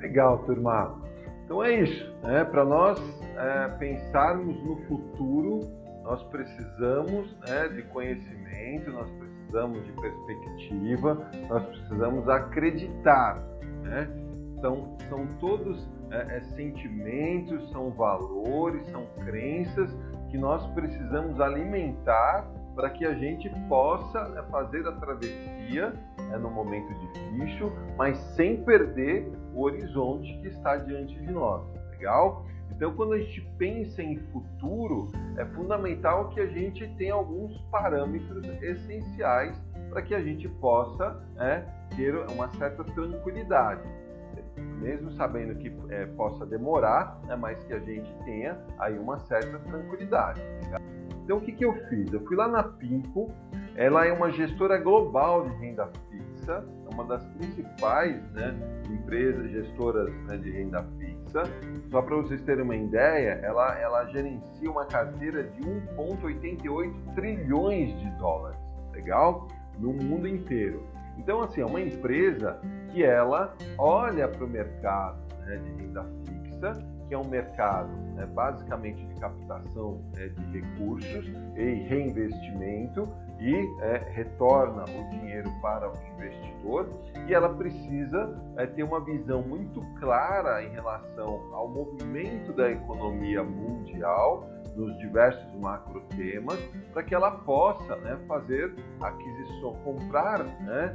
Legal, turma. Então é isso, né? Para nós pensarmos no futuro, nós precisamos, né, de conhecimento, nós precisamos de perspectiva, nós precisamos acreditar, né? Então, são todos sentimentos, são valores, são crenças que nós precisamos alimentar para que a gente possa fazer a travessia no momento difícil, mas sem perder o horizonte que está diante de nós. Legal? Então, quando a gente pensa em futuro, é fundamental que a gente tenha alguns parâmetros essenciais para que a gente possa ter uma certa tranquilidade. Mesmo sabendo que possa demorar, mas que a gente tenha aí uma certa tranquilidade. Então, o que eu fiz? Eu fui lá na Pinco, ela é uma gestora global de renda fixa, é uma das principais, né, empresas gestoras, né, de renda fixa. Só para vocês terem uma ideia, ela gerencia uma carteira de 1,88 trilhões de dólares, legal? No mundo inteiro. Então, assim, é uma empresa que ela olha para o mercado, né, de renda fixa, que é um mercado, né, basicamente de captação de recursos e reinvestimento, e retorna o dinheiro para o investidor, e ela precisa ter uma visão muito clara em relação ao movimento da economia mundial, nos diversos macro temas, para que ela possa, né, fazer aquisição, comprar, né,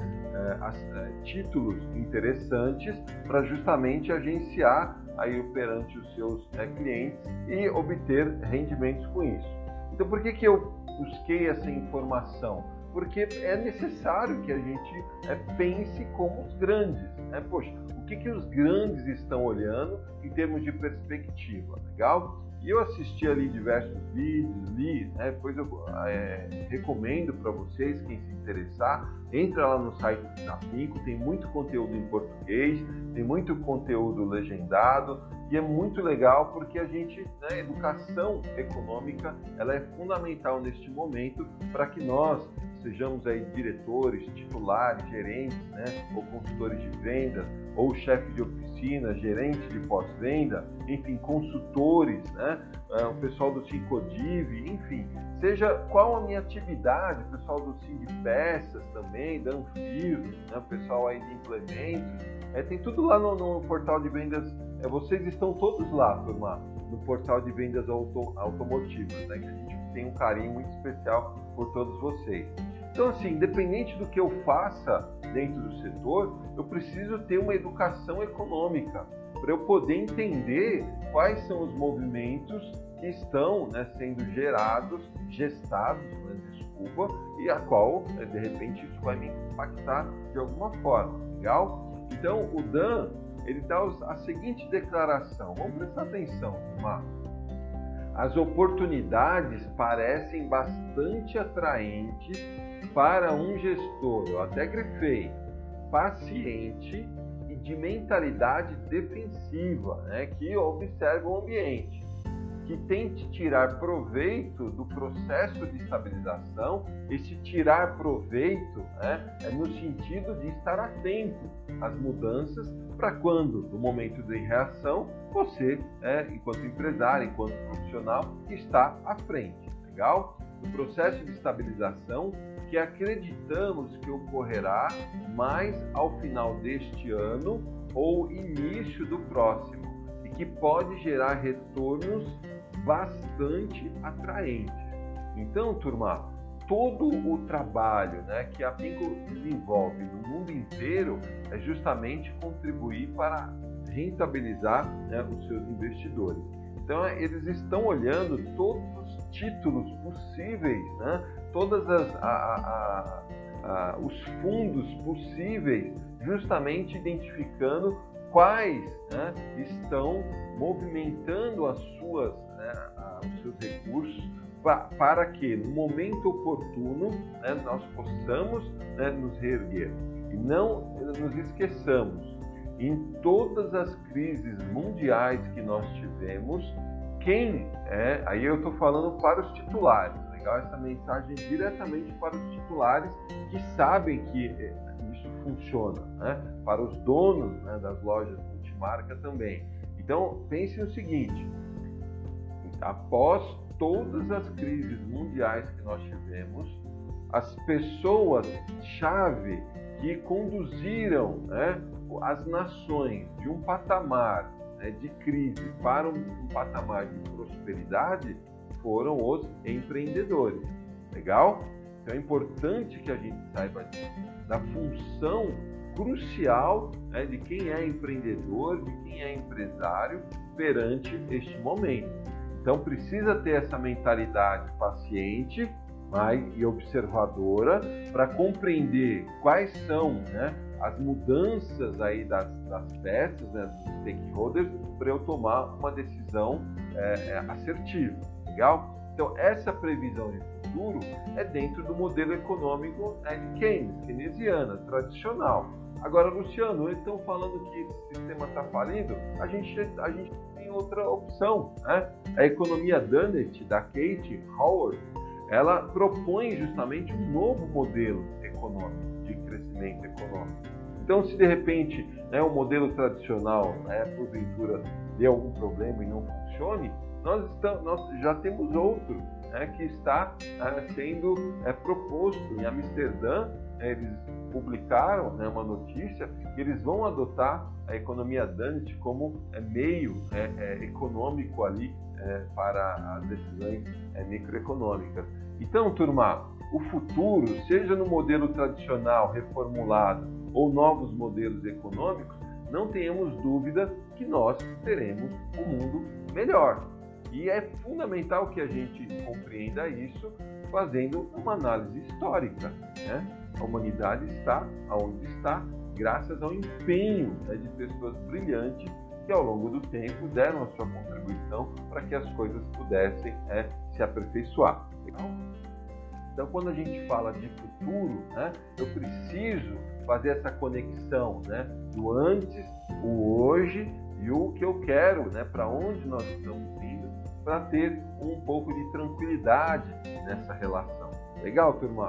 títulos interessantes para justamente agenciar aí perante os seus clientes e obter rendimentos com isso. Então, por que eu busquei essa informação? Porque é necessário que a gente pense como os grandes, né? Poxa, o que os grandes estão olhando em termos de perspectiva, legal? E eu assisti ali diversos vídeos, li, né? Depois eu recomendo para vocês, quem se interessar, entra lá no site da Pinco, tem muito conteúdo em português, tem muito conteúdo legendado, e é muito legal porque a gente, né, educação econômica, ela é fundamental neste momento para que nós sejamos aí diretores, titulares, gerentes, né, ou consultores de vendas, ou chefe de oficina, gerente de pós-venda, enfim, consultores, né, o pessoal do Sincodiv, enfim, seja qual a minha atividade, o pessoal do Sindpeças também, da Anfiro, né, o pessoal aí de implementos, tem tudo lá no portal de vendas, vocês estão todos lá, turma, no portal de vendas automotivas, né, que a gente tem um carinho muito especial por todos vocês. Então, assim, independente do que eu faça dentro do setor, eu preciso ter uma educação econômica para eu poder entender quais são os movimentos que estão, né, sendo gestados, né, e a qual, de repente, isso vai me impactar de alguma forma, legal? Então, o Dan, ele dá a seguinte declaração, vamos prestar atenção, turma. As oportunidades parecem bastante atraentes para um gestor, eu até grifei, paciente e de mentalidade defensiva, né, que observa o ambiente, que tente tirar proveito do processo de estabilização. Esse tirar proveito, né, é no sentido de estar atento às mudanças para quando, no momento de reação, você, enquanto empresário, enquanto profissional, está à frente. Legal? O processo de estabilização que acreditamos que ocorrerá mais ao final deste ano ou início do próximo e que pode gerar retornos bastante atraentes. Então, turma, todo o trabalho, né, que a Pinco desenvolve no mundo inteiro é justamente contribuir para rentabilizar, né, os seus investidores. Então, eles estão olhando todos os títulos possíveis, né, todas os fundos possíveis, justamente identificando quais, né, estão movimentando os seus recursos para que, no momento oportuno, né, nós possamos, né, nos reerguer. E não nos esqueçamos, em todas as crises mundiais que nós tivemos, aí eu estou falando para os titulares, legal? Essa mensagem diretamente para os titulares que sabem que isso funciona, né? Para os donos, né, das lojas multimarcas, marca também. Então, pense no seguinte, após todas as crises mundiais que nós tivemos, as pessoas-chave que conduziram, né, as nações de um patamar, né, de crise para um patamar de prosperidade foram os empreendedores. Legal? Então é importante que a gente saiba da função crucial, né, de quem é empreendedor, de quem é empresário perante este momento. Então precisa ter essa mentalidade paciente, e observadora para compreender quais são, né, as mudanças aí das peças, né, dos stakeholders, para eu tomar uma decisão assertiva. Legal? Então essa previsão de futuro é dentro do modelo econômico de Keynes, keynesiana, tradicional. Agora, Luciano, eles estão falando que esse sistema está falindo, a gente tem outra opção, né? A economia Dunnett, da Kate Howard, ela propõe justamente um novo modelo econômico, de crescimento econômico. Então, se de repente, né, o modelo tradicional, né, porventura, dê algum problema e não funcione, nós já temos outro, né, que está sendo proposto em Amsterdã. Eles publicaram, né, uma notícia que eles vão adotar a economia Dunnett como meio econômico ali para as decisões microeconômicas. Então, turma, o futuro, seja no modelo tradicional reformulado ou novos modelos econômicos, não tenhamos dúvida que nós teremos um mundo melhor. E é fundamental que a gente compreenda isso fazendo uma análise histórica, né? A humanidade está onde está graças ao empenho, né, de pessoas brilhantes que ao longo do tempo deram a sua contribuição para que as coisas pudessem se aperfeiçoar. Então, quando a gente fala de futuro, né, eu preciso fazer essa conexão, né, do antes, o hoje e o que eu quero, né, para onde nós estamos indo, para ter um pouco de tranquilidade nessa relação. Legal, turma?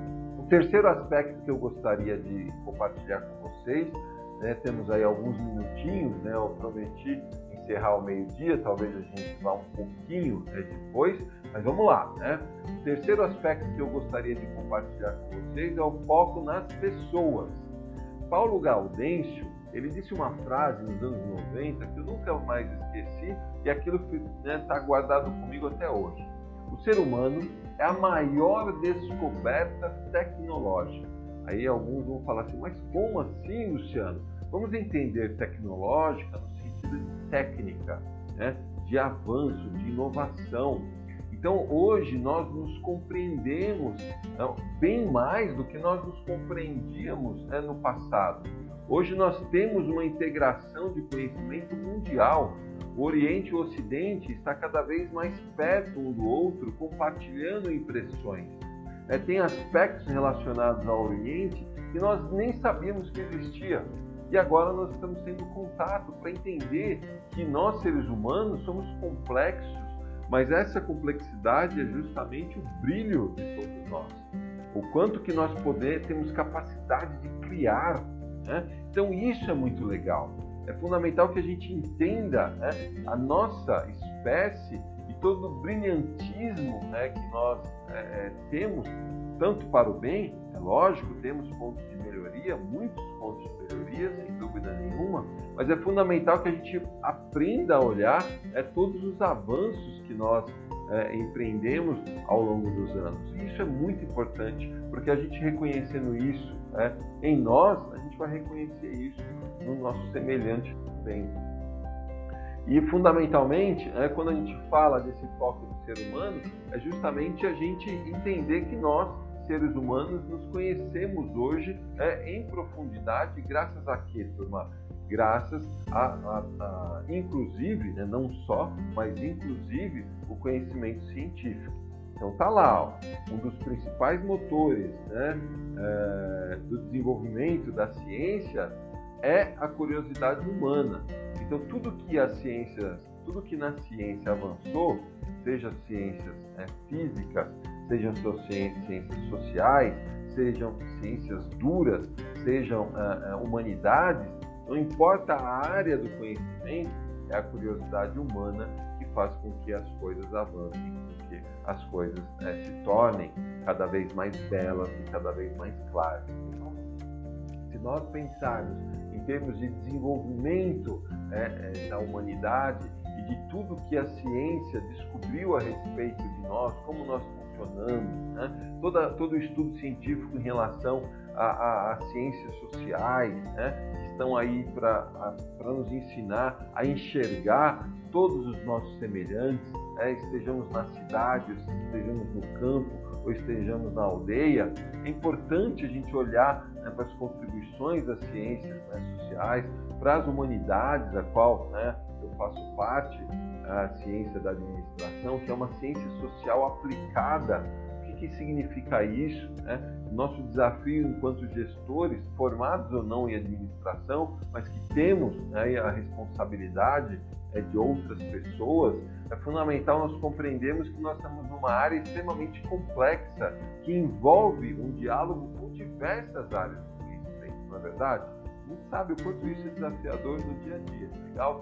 O terceiro aspecto que eu gostaria de compartilhar com vocês, né, temos aí alguns minutinhos, né, eu prometi encerrar ao meio-dia, talvez a gente vá um pouquinho depois, mas vamos lá, né? O terceiro aspecto que eu gostaria de compartilhar com vocês é o foco nas pessoas. Paulo Gaudêncio, ele disse uma frase nos anos 90 que eu nunca mais esqueci e aquilo está guardado comigo até hoje. O ser humano é a maior descoberta tecnológica. Aí alguns vão falar assim, mas como assim, Luciano? Vamos entender tecnológica no sentido de técnica, né? De avanço, de inovação. Então hoje nós nos compreendemos bem mais do que nós nos compreendíamos, né, no passado. Hoje nós temos uma integração de conhecimento mundial. O Oriente e o Ocidente está cada vez mais perto um do outro, compartilhando impressões. Tem aspectos relacionados ao Oriente que nós nem sabíamos que existia. E agora nós estamos tendo contato para entender que nós, seres humanos, somos complexos, mas essa complexidade é justamente o brilho de todos nós. O quanto que nós temos capacidade de criar, né? Então isso é muito legal. É fundamental que a gente entenda, né, a nossa espécie e todo o brilhantismo, né, que nós temos, tanto para o bem, é lógico, temos pontos de melhoria, muitos pontos de melhoria, sem dúvida nenhuma, mas é fundamental que a gente aprenda a olhar todos os avanços que nós empreendemos ao longo dos anos. E isso é muito importante, porque a gente reconhecendo isso em nós, a gente vai reconhecer isso no nosso semelhante também. E fundamentalmente, quando a gente fala desse foco do ser humano, é justamente a gente entender que nós, seres humanos, nos conhecemos hoje em profundidade, graças a quê, turma? Graças a inclusive, né, não só, mas inclusive o conhecimento científico. Então tá lá, ó, um dos principais motores, né, do desenvolvimento da ciência é a curiosidade humana. Então tudo que na ciência avançou, seja ciências físicas, sejam ciências sociais, sejam ciências duras, sejam humanidades, Não importa a área do conhecimento, é a curiosidade humana que faz com que as coisas avancem, com que as coisas se tornem cada vez mais belas e cada vez mais claras. Então, se nós pensarmos em termos de desenvolvimento da humanidade e de tudo que a ciência descobriu a respeito de nós, como nós funcionamos, né? Todo o estudo científico em relação às ciências sociais, né? Que estão aí para nos ensinar a enxergar todos os nossos semelhantes, né? Estejamos na cidade, estejamos no campo ou estejamos na aldeia. É importante a gente olhar, né, para as contribuições das ciências, né, sociais, para as humanidades, a qual, né, eu faço parte, a ciência da administração, que é uma ciência social aplicada. O que significa isso, né? Nosso desafio enquanto gestores, formados ou não em administração, mas que temos, né, a responsabilidade de outras pessoas, é fundamental nós compreendermos que nós estamos numa área extremamente complexa, que envolve um diálogo com diversas áreas do conhecimento, não é verdade? A gente sabe o quanto isso é desafiador no dia a dia, legal?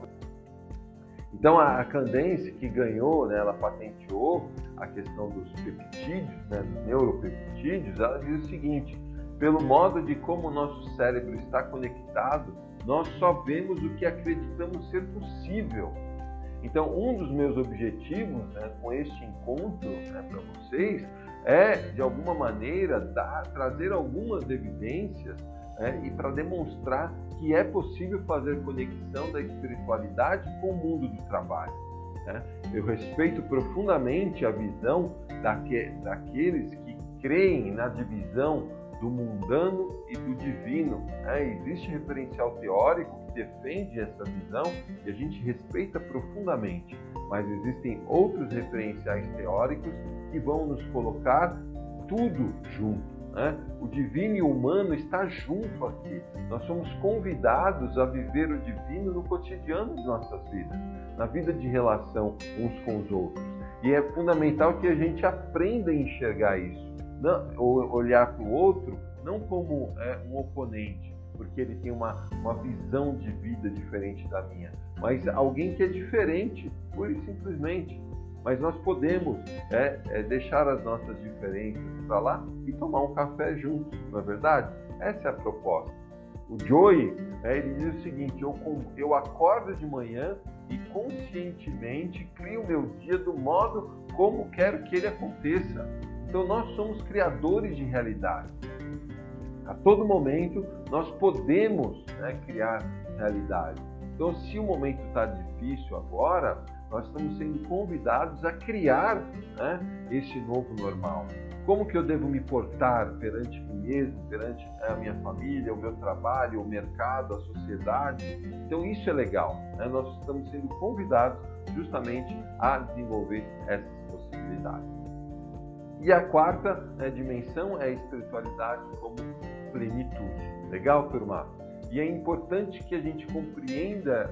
Então a Candace, que ganhou, né, ela patenteou a questão dos peptídeos, né, dos neuropeptídeos, ela diz o seguinte: pelo modo de como o nosso cérebro está conectado, nós só vemos o que acreditamos ser possível. Então, um dos meus objetivos, né, com este encontro, né, para vocês é, de alguma maneira, trazer algumas evidências, e para demonstrar que é possível fazer conexão da espiritualidade com o mundo do trabalho. Né? Eu respeito profundamente a visão daqueles que creem na divisão do mundano e do divino. Existe referencial teórico que defende essa visão e a gente respeita profundamente, mas existem outros referenciais teóricos que vão nos colocar tudo junto. O divino e o humano está junto aqui. Nós somos convidados a viver o divino no cotidiano de nossas vidas, na vida de relação uns com os outros. E é fundamental que a gente aprenda a enxergar isso, ou olhar para o outro não como um oponente, porque ele tem uma visão de vida diferente da minha, mas alguém que é diferente, pura e simplesmente. Mas nós podemos deixar as nossas diferenças para lá e tomar um café juntos, não é verdade? Essa é a proposta. O Joey, ele diz o seguinte: eu acordo de manhã e conscientemente crio o meu dia do modo como quero que ele aconteça. Então nós somos criadores de realidade. A todo momento nós podemos, criar realidade. Então, se o momento está difícil agora, nós estamos sendo convidados a criar, esse novo normal. Como que eu devo me portar perante mim mesmo, perante a minha família, o meu trabalho, o mercado, a sociedade? Então isso é legal. Nós estamos sendo convidados justamente a desenvolver essas possibilidades. E a quarta dimensão é a espiritualidade como plenitude. Legal, turma? E é importante que a gente compreenda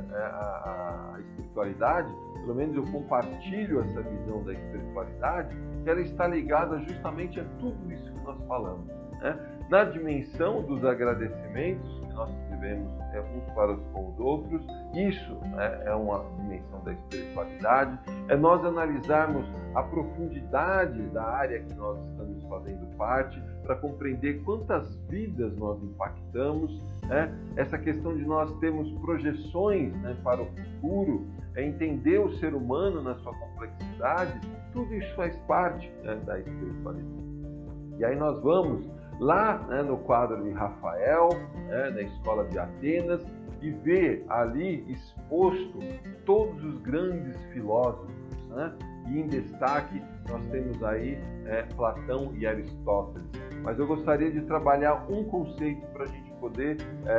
a espiritualidade, pelo menos eu compartilho essa visão da espiritualidade, que ela está ligada justamente a tudo isso que nós falamos. Na dimensão dos agradecimentos que nós vivemos uns para com os outros, isso é uma dimensão da espiritualidade, é nós analisarmos a profundidade da área que nós estamos fazendo parte, para compreender quantas vidas nós impactamos, essa questão de nós termos projeções para o futuro, entender o ser humano na sua complexidade, tudo isso faz parte da espiritualidade. E aí nós vamos lá no quadro de Rafael, na escola de Atenas, e ver ali exposto todos os grandes filósofos, e em destaque nós temos aí Platão e Aristóteles. Mas eu gostaria de trabalhar um conceito para a gente poder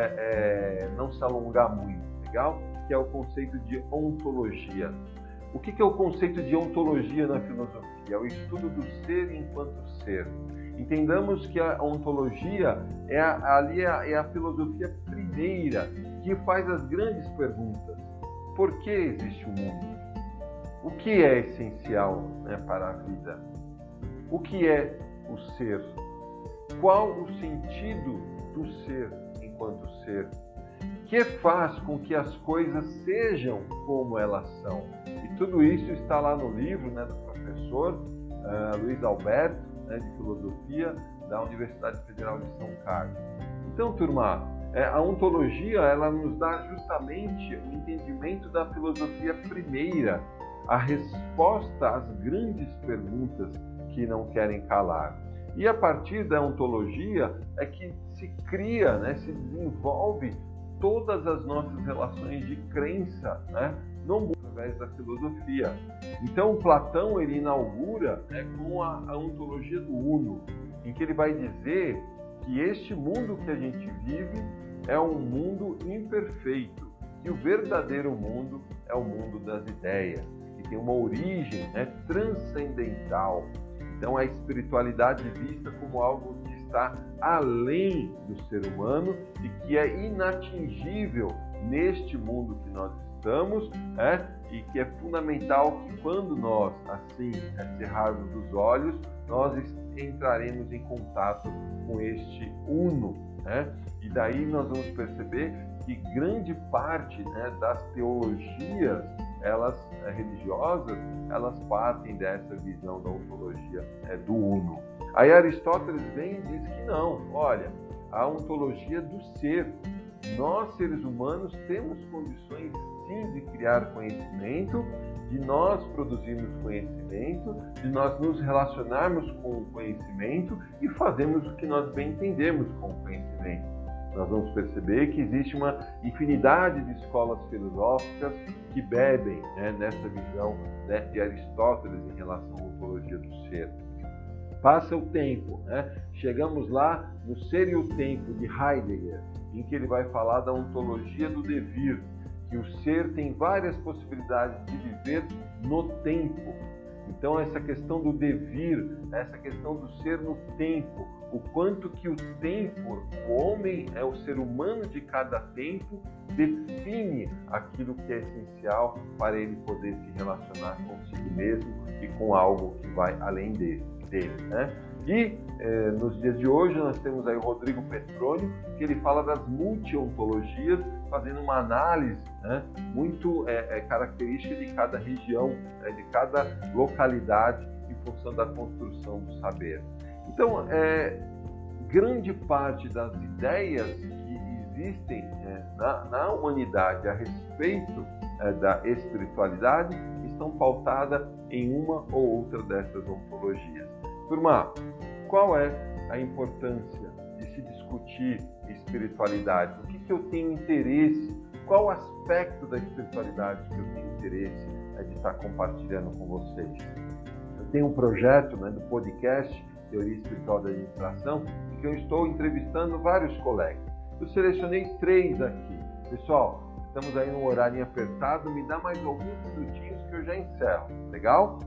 não se alongar muito, legal? Que é o conceito de ontologia. O que é o conceito de ontologia na filosofia? É o estudo do ser enquanto ser. Entendamos que a ontologia é a filosofia primeira que faz as grandes perguntas. Por que existe o mundo? O que é essencial para a vida? O que é o ser? Qual o sentido do ser enquanto ser? que faz com que as coisas sejam como elas são. E tudo isso está lá no livro, né, do professor Luiz Alberto, né, de Filosofia, da Universidade Federal de São Carlos. Então, turma, a ontologia ela nos dá justamente o entendimento da filosofia primeira, a resposta às grandes perguntas que não querem calar. E a partir da ontologia é que se cria, né, se desenvolve todas as nossas relações de crença, né, no mundo através da filosofia. Então Platão ele inaugura, né, com a ontologia do Uno, em que ele vai dizer que este mundo que a gente vive é um mundo imperfeito, que o verdadeiro mundo é o mundo das ideias, que tem uma origem, né, transcendental. Então a espiritualidade vista como algo que está além do ser humano e que é inatingível neste mundo que nós estamos, e que é fundamental que quando nós assim cerrarmos os olhos, nós entraremos em contato com este Uno, e daí nós vamos perceber que grande parte, né, das teologias religiosas, elas partem dessa visão da ontologia do Uno. Aí Aristóteles vem e diz que não, olha, a ontologia do ser. Nós, seres humanos, temos condições sim de criar conhecimento, de nós produzirmos conhecimento, de nós nos relacionarmos com o conhecimento e fazermos o que nós bem entendemos com o conhecimento. Nós vamos perceber que existe uma infinidade de escolas filosóficas que bebem, né, nessa visão, né, de Aristóteles em relação à ontologia do ser. Passa o tempo, né? Chegamos lá no Ser e o Tempo de Heidegger, em que ele vai falar da ontologia do devir, que o ser tem várias possibilidades de viver no tempo. Então essa questão do devir, essa questão do ser no tempo, o quanto que o tempo, o homem é o ser humano de cada tempo, define aquilo que é essencial para ele poder se relacionar consigo mesmo e com algo que vai além dele, né? E nos dias de hoje nós temos aí o Rodrigo Petroni, que ele fala das multi-ontologias, fazendo uma análise, né, muito característica de cada região, de cada localidade, em função da construção do saber. Então, grande parte das ideias que existem na humanidade a respeito da espiritualidade estão pautadas em uma ou outra dessas ontologias. Turma, qual é a importância de se discutir espiritualidade? O que eu tenho interesse? Qual aspecto da espiritualidade que eu tenho interesse de estar compartilhando com vocês? Eu tenho um projeto, né, do podcast Teoria Espiritual da Administração, em que eu estou entrevistando vários colegas. Eu selecionei 3 aqui. Pessoal, estamos aí num horário apertado, me dá mais alguns minutinhos que eu já encerro. Legal?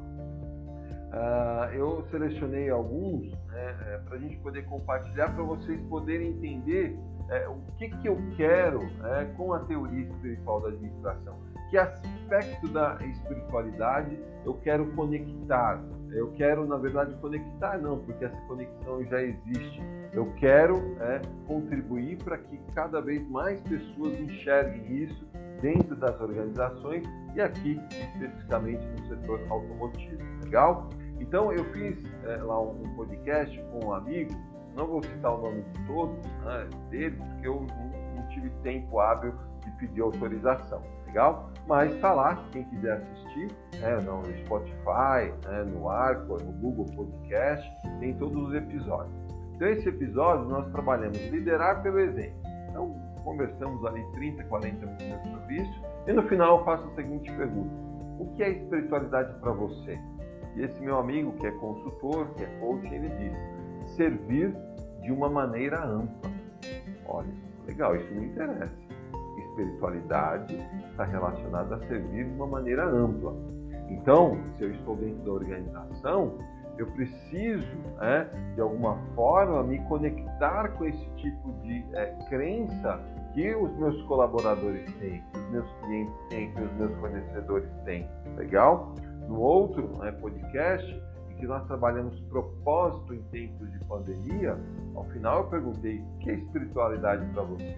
Eu selecionei alguns, né, para a gente poder compartilhar, para vocês poderem entender o que eu quero com a teoria espiritual da administração. Que aspecto da espiritualidade eu quero conectar? Eu quero, na verdade, conectar não, porque essa conexão já existe. Eu quero contribuir para que cada vez mais pessoas enxerguem isso dentro das organizações e aqui especificamente no setor automotivo. Legal? Então eu fiz lá um podcast com um amigo, não vou citar o nome de todos, né, dele, porque eu não tive tempo hábil de pedir autorização. Legal? Mas está lá, quem quiser assistir, no Spotify, no Arco, no Google Podcast, tem todos os episódios. Então esse episódio nós trabalhamos liderar pelo exemplo. Então conversamos ali 30, 40 minutos sobre isso e no final eu faço a seguinte pergunta: o que é espiritualidade para você? E esse meu amigo, que é consultor, que é coach, ele diz: servir de uma maneira ampla. Olha, legal, isso me interessa. Espiritualidade está relacionada a servir de uma maneira ampla. Então, se eu estou dentro da organização, eu preciso, de alguma forma, me conectar com esse tipo de crença que os meus colaboradores têm, que os meus clientes têm, que os meus fornecedores têm. Legal? No outro podcast, em que nós trabalhamos propósito em tempos de pandemia, ao final eu perguntei: o que é espiritualidade para você?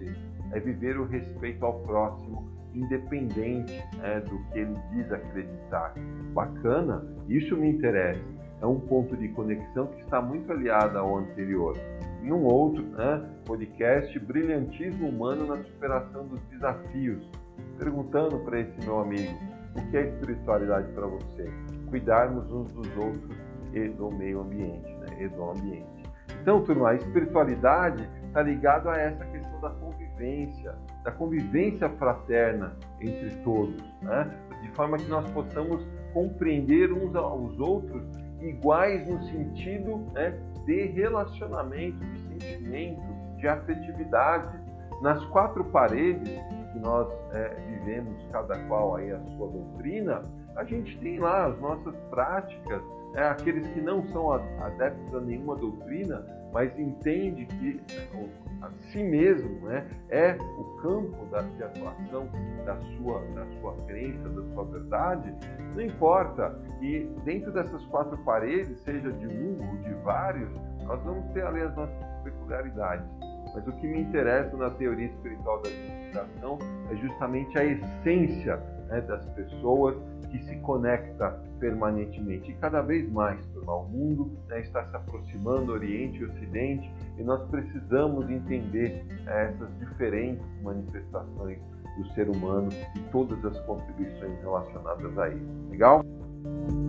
é viver o respeito ao próximo, independente do que ele diz acreditar. Bacana, isso me interessa. É um ponto de conexão que está muito aliado ao anterior. Em um outro podcast, Brilhantismo Humano na Superação dos Desafios, perguntando para esse meu amigo, o que é espiritualidade para você? Cuidarmos uns dos outros e do meio ambiente, e do ambiente. Então, turma, a espiritualidade está ligada a essa questão da convivência fraterna entre todos, de forma que nós possamos compreender uns aos outros iguais no sentido de relacionamento, de sentimento, de afetividade. Nas quatro paredes que nós vivemos, cada qual aí a sua doutrina, a gente tem lá as nossas práticas, aqueles que não são adeptos a nenhuma doutrina, mas entendem que a si mesmo é o campo de atuação da sua crença, da sua verdade, não importa. E dentro dessas quatro paredes, seja de um ou de vários, nós vamos ter ali as nossas peculiaridades. Mas o que me interessa na teoria espiritual da meditação é justamente a essência das pessoas que se conecta permanentemente. E cada vez mais, o mundo está se aproximando, Oriente e Ocidente, e nós precisamos entender essas diferentes manifestações do ser humano e todas as contribuições relacionadas a ele. Legal?